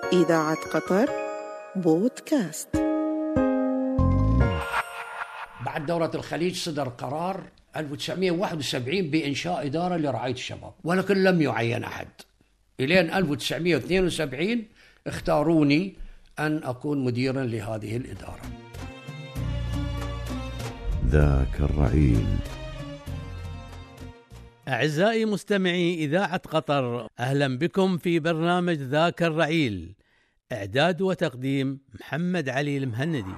إذاعة قطر بودكاست. بعد دورة الخليج صدر قرار 1971 بإنشاء إدارة لرعاية الشباب، ولكن لم يعين أحد. إلين 1972 اختاروني أن أكون مديرا لهذه الإدارة. ذاك الرعيل. أعزائي مستمعي إذاعة قطر، أهلا بكم في برنامج ذاك الرعيل. إعداد وتقديم محمد علي المهندي.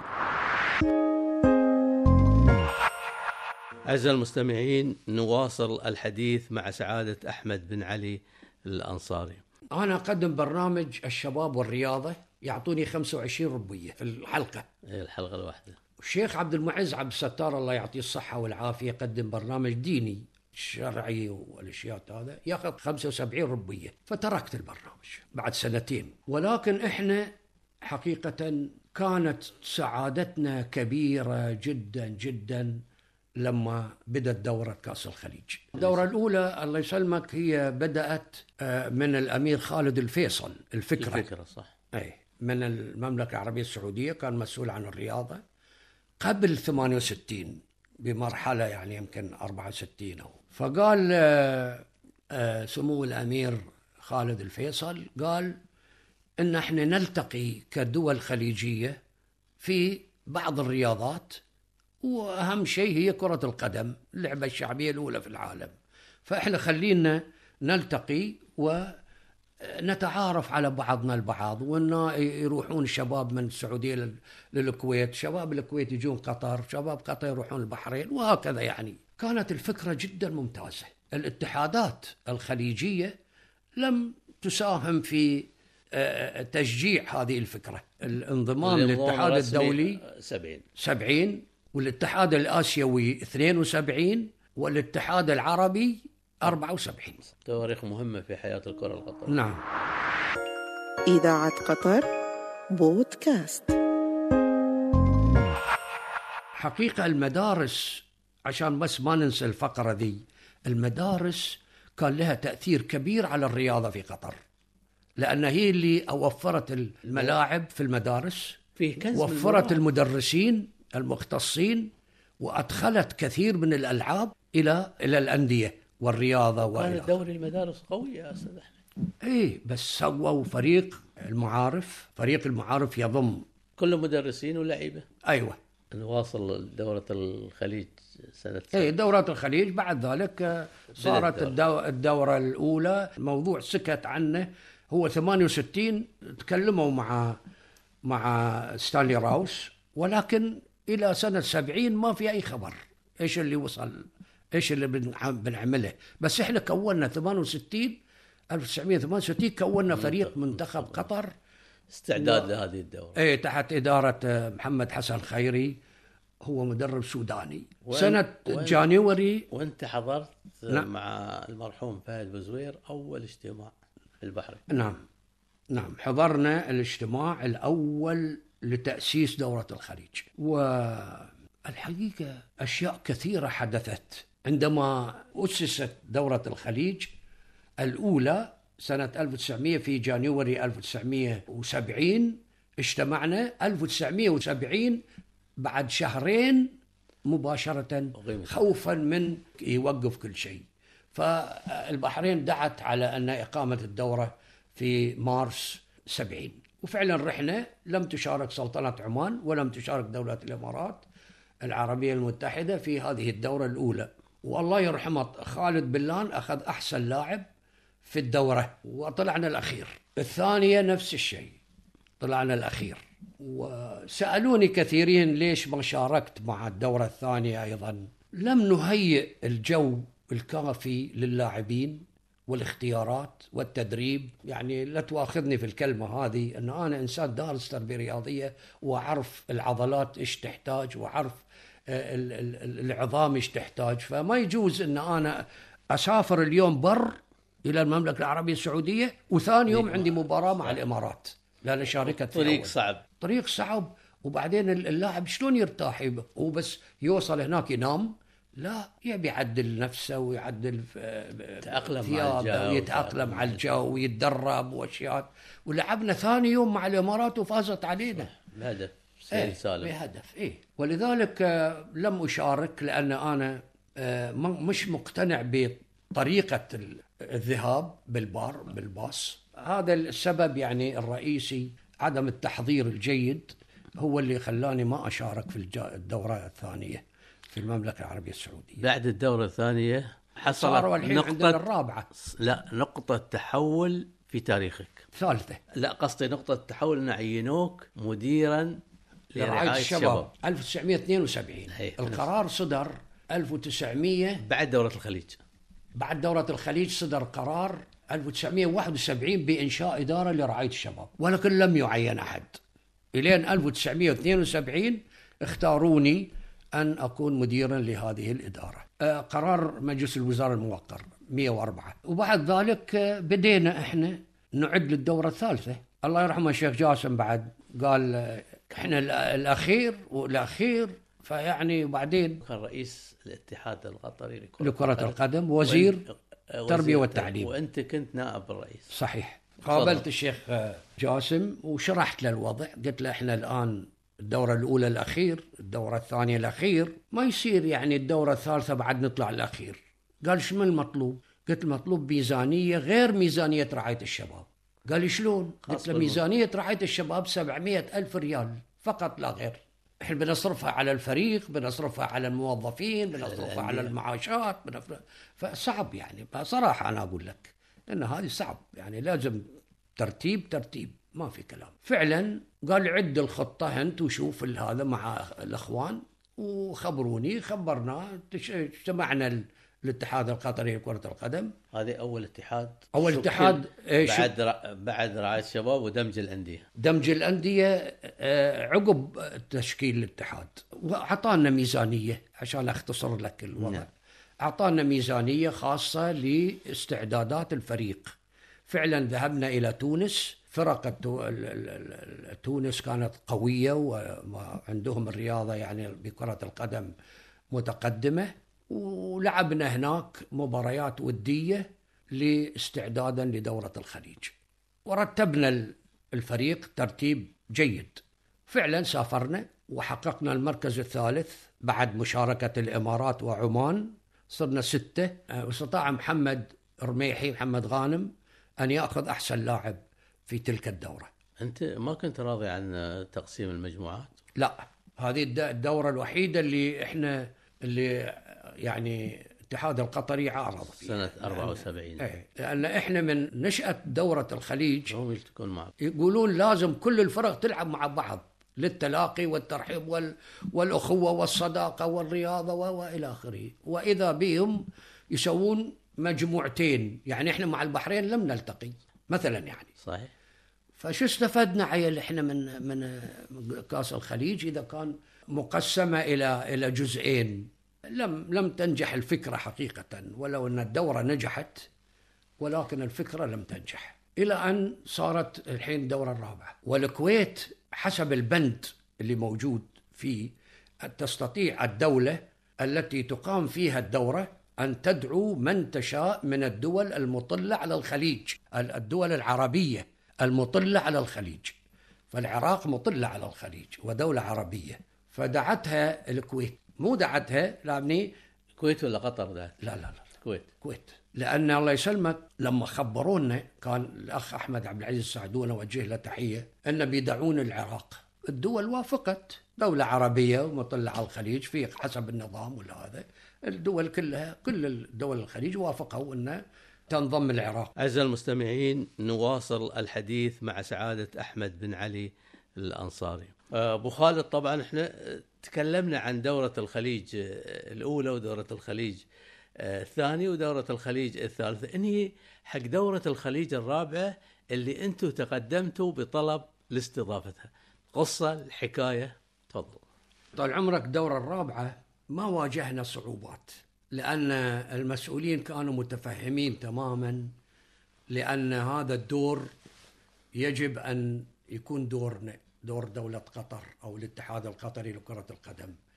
أعزائي المستمعين، نواصل الحديث مع سعادة أحمد بن علي الأنصاري. أنا أقدم برنامج الشباب والرياضة، يعطوني 25 ربية في الحلقة. الحلقة الواحدة. الشيخ عبد المعز عبد الستار الله يعطيه الصحة والعافية يقدم برنامج ديني شرعي والاشياء هذا، ياخذ 75 ربية. فتركت البرنامج بعد سنتين، ولكن احنا حقيقة كانت سعادتنا كبيرة جدا جدا لما بدأت دورة كأس الخليج. الدورة الأولى الله يسلمك هي بدأت من الأمير خالد الفيصل. الفكرة صح. أي من المملكة العربية السعودية، كان مسؤول عن الرياضة قبل 68 بمرحلة، يعني يمكن 64 أو. فقال سمو الأمير خالد الفيصل قال إن احنا نلتقي كدول خليجية في بعض الرياضات، وأهم شيء هي كرة القدم، اللعبة الشعبية الأولى في العالم. فإحنا خلينا نلتقي ونتعارف على بعضنا البعض، وإن يروحون الشباب من السعودية للكويت، شباب الكويت يجون قطر، شباب قطر يروحون البحرين، وهكذا. يعني كانت الفكرة جدا ممتازة. الاتحادات الخليجية لم تساهم في تشجيع هذه الفكرة. الانضمام للاتحاد الدولي 70، والاتحاد الآسيوي 72، والاتحاد العربي 74. تواريخ مهمة في حياة الكرة القطرية. نعم. إذاعة قطر بودكاست. حقيقة المدارس، عشان بس ما ننسى الفقرة ذي، المدارس كان لها تأثير كبير على الرياضة في قطر، لأن هي اللي وفرت الملاعب في المدارس، وفرت المدرسين المختصين، وأدخلت كثير من الألعاب إلى الأندية والرياضة. كانت دوري المدارس قوية يا أستاذ أحمد. إيه، بس سووا فريق المعارف يضم كل مدرسين ولاعيبة. أيوة. نواصل دورة الخليج سنة. إيه، دورة الخليج بعد ذلك صارت الدورة الأولى. الموضوع سكت عنه. هو 68 تكلموا مع ستانلي راوس، ولكن إلى سنة 70 ما في أي خبر إيش اللي وصل، إيش اللي بنعمله. بس إحنا كونا 1968 كونا فريق منتخب قطر استعداد لهذه الدورة. إيه، تحت إدارة محمد حسن خيري، هو مدرب سوداني. سنة جانيوري. وانت حضرت مع المرحوم فهد بزوير أول اجتماع في البحرين. نعم، حضرنا الاجتماع الأول لتأسيس دورة الخليج. والحقيقة أشياء كثيرة حدثت عندما أسست دورة الخليج الأولى سنة 1900 في جانيوري 1970. اجتمعنا 1970 بعد شهرين مباشرة، خوفا من يوقف كل شيء. فالبحرين دعت على أن إقامة الدورة في مارس 70، وفعلا رحنا. لم تشارك سلطنة عمان ولم تشارك دولة الإمارات العربية المتحدة في هذه الدورة الأولى. والله يرحمه خالد بلان أخذ أحسن لاعب في الدورة، وطلعنا الأخير. الثانية نفس الشيء، طلعنا الأخير. وسألوني كثيرين ليش ما شاركت مع الدورة الثانية أيضا. لم نهيئ الجو الكافي للاعبين والاختيارات والتدريب. يعني لا تواخذني في الكلمة هذه، أن أنا إنسان دارس تربية رياضية، وأعرف العضلات إيش تحتاج، وأعرف العظام إيش تحتاج. فما يجوز أن أنا أسافر اليوم بر إلى المملكة العربية السعودية وثاني يوم عندي مباراة مع الإمارات، لأن شاركت طريق صعب. وبعدين اللاعب شلون يرتاح؟ هو بس يوصل هناك ينام لا، يبي يعدل نفسه ويعدل يتأقلم ثيابه مع الجو ويتأقلم على الجو ويتدرب واشياء. ولعبنا ثاني يوم مع الامارات وفازت علينا بهدف سهل سالم. بهدف ولذلك لم اشارك، لان انا مش مقتنع بطريقه الذهاب بالباص. هذا السبب يعني الرئيسي، عدم التحضير الجيد هو اللي خلاني ما اشارك في الدوره الثانيه في المملكه العربيه السعوديه. بعد الدورة الثانية حصلت صاروا الحين عندنا الرابعه. لا، نقطة تحول في تاريخك. ثالثه. لا، قصدي نقطة تحول ان عينوك مديرا لرعاية الشباب 1972. القرار صدر 1900 بعد دورة الخليج. بعد دورة الخليج صدر قرار 1971 بإنشاء إدارة لرعاية الشباب، ولكن لم يعين أحد. إلين 1972 اختاروني أن أكون مديرا لهذه الإدارة. قرار مجلس الوزراء الموقر 104. وبعد ذلك بدينا إحنا نعد للدورة الثالثة. الله يرحمه الشيخ جاسم بعد قال إحنا الأخير والأخير، فيعني بعدين كان رئيس الاتحاد القطري لكرة القدم، وزير التربية والتعليم، وأنت كنت نائب الرئيس. صحيح. قابلت الشيخ جاسم وشرحت له الوضع، قلت له إحنا الآن الدورة الأولى الأخير، الدورة الثانية الأخير، ما يصير يعني الدورة الثالثة بعد نطلع الأخير. قال شو المطلوب؟ قلت المطلوب ميزانية غير ميزانية رعاية الشباب. قال لي شلون؟ قلت له ميزانية رعاية الشباب 700,000 ريال فقط لا غير. احنا بنصرفها على الفريق، بنصرفها على الموظفين، بنصرفها على المعاشات، فصعب يعني صراحة أنا أقول لك لأن هذه صعب، يعني لازم ترتيب ما في كلام. فعلا قال عد الخطة أنت وشوف هذا مع الأخوان وخبروني. خبرنا، اجتمعنا الاتحاد القطري لكرة القدم. هذه أول اتحاد بعد رعاية الشباب ودمج الأندية. عقب تشكيل الاتحاد، وأعطانا ميزانية عشان أختصر لك الوضع. أعطانا ميزانية خاصة لاستعدادات الفريق. فعلا ذهبنا إلى تونس. فرق تونس كانت قوية وعندهم الرياضة يعني بكرة القدم متقدمة، ولعبنا هناك مباريات ودية لاستعدادا لدورة الخليج، ورتبنا الفريق ترتيب جيد. فعلا سافرنا وحققنا المركز الثالث بعد مشاركة الإمارات وعمان، صرنا 6. واستطاع محمد غانم أن يأخذ أحسن لاعب في تلك الدورة. أنت ما كنت راضي عن تقسيم المجموعات؟ لا، هذه الدورة الوحيدة اللي يعني الاتحاد القطري عارض فيها سنة 74. لأن إحنا من نشأة دورة الخليج تكون معك. يقولون لازم كل الفرق تلعب مع بعض للتلاقي والترحيب والأخوة والصداقة والرياضة وإلى آخره. وإذا بهم يسوون مجموعتين، يعني إحنا مع البحرين لم نلتقي مثلا يعني. صحيح. فشو استفدنا عيل إحنا من كأس الخليج إذا كان مقسمة إلى جزئين؟ لم تنجح الفكرة حقيقة، ولو أن الدورة نجحت ولكن الفكرة لم تنجح، إلى أن صارت الحين الدورة الرابعة. والكويت حسب البند اللي موجود فيه تستطيع الدولة التي تقام فيها الدورة أن تدعو من تشاء من الدول المطلة على الخليج، الدول العربية المطلة على الخليج. فالعراق مطلة على الخليج ودولة عربية، فدعتها الكويت. مو دعتها لابني الكويت ولا قطر دعت؟ لا الكويت. لأن الله يسلمك لما خبرونا كان الأخ أحمد عبد العزيز السعدون وجه له تحية أن بيدعون العراق. الدول وافقت، دولة عربية ومطلة على الخليج في حسب النظام ولا هذا. الدول كلها، كل الدول الخليج وافقوا أن تنضم العراق. أعزائي المستمعين، نواصل الحديث مع سعادة أحمد بن علي الأنصاري. أبو خالد، طبعا احنا تكلمنا عن دورة الخليج الأولى ودورة الخليج الثانية ودورة الخليج الثالثة. انهي حق دورة الخليج الرابعة اللي انتم تقدمتوا بطلب لاستضافتها. قصة الحكاية، تفضل. طال عمرك، الدورة الرابعة ما واجهنا صعوبات، لأن المسؤولين كانوا متفهمين تماما، لأن هذا الدور يجب أن يكون دورنا، دور دولة قطر أو الاتحاد القطري لكرة القدم،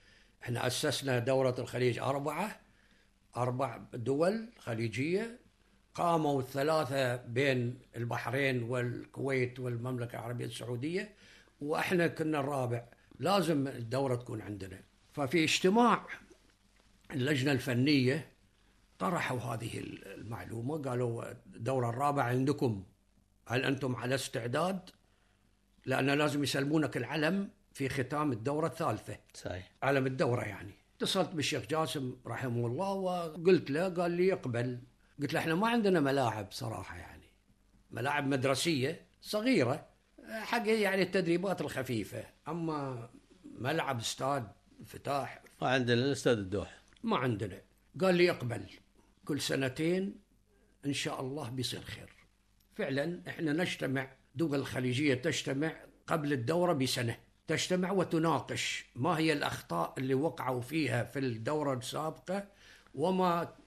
احنا أسسنا دورة الخليج 4 دول خليجية، قاموا 3 بين البحرين والكويت والمملكة العربية السعودية، وإحنا كنا الرابع. لازم الدورة تكون عندنا. ففي اجتماع اللجنة الفنية طرحوا هذه المعلومة، قالوا الدورة الرابعة عندكم، هل أنتم على استعداد؟ لأن لازم يسلمونك العلم في ختام الدورة الثالثة. صحيح. علم الدورة يعني. اتصلت بالشيخ جاسم رحمه الله وقلت له، قال لي يقبل. قلت له احنا ما عندنا ملاعب صراحة، يعني ملاعب مدرسية صغيرة حق يعني التدريبات الخفيفة، أما ملعب استاد فتاح ما عندنا الاستاد الدوحة، ما عندنا. قال لي يقبل، كل 2 إن شاء الله بيصير خير. فعلا احنا نجتمع، دول الخليجية تجتمع قبل الدورة بسنة، تجتمع وتناقش ما هي الأخطاء اللي وقعوا فيها في الدورة السابقة وما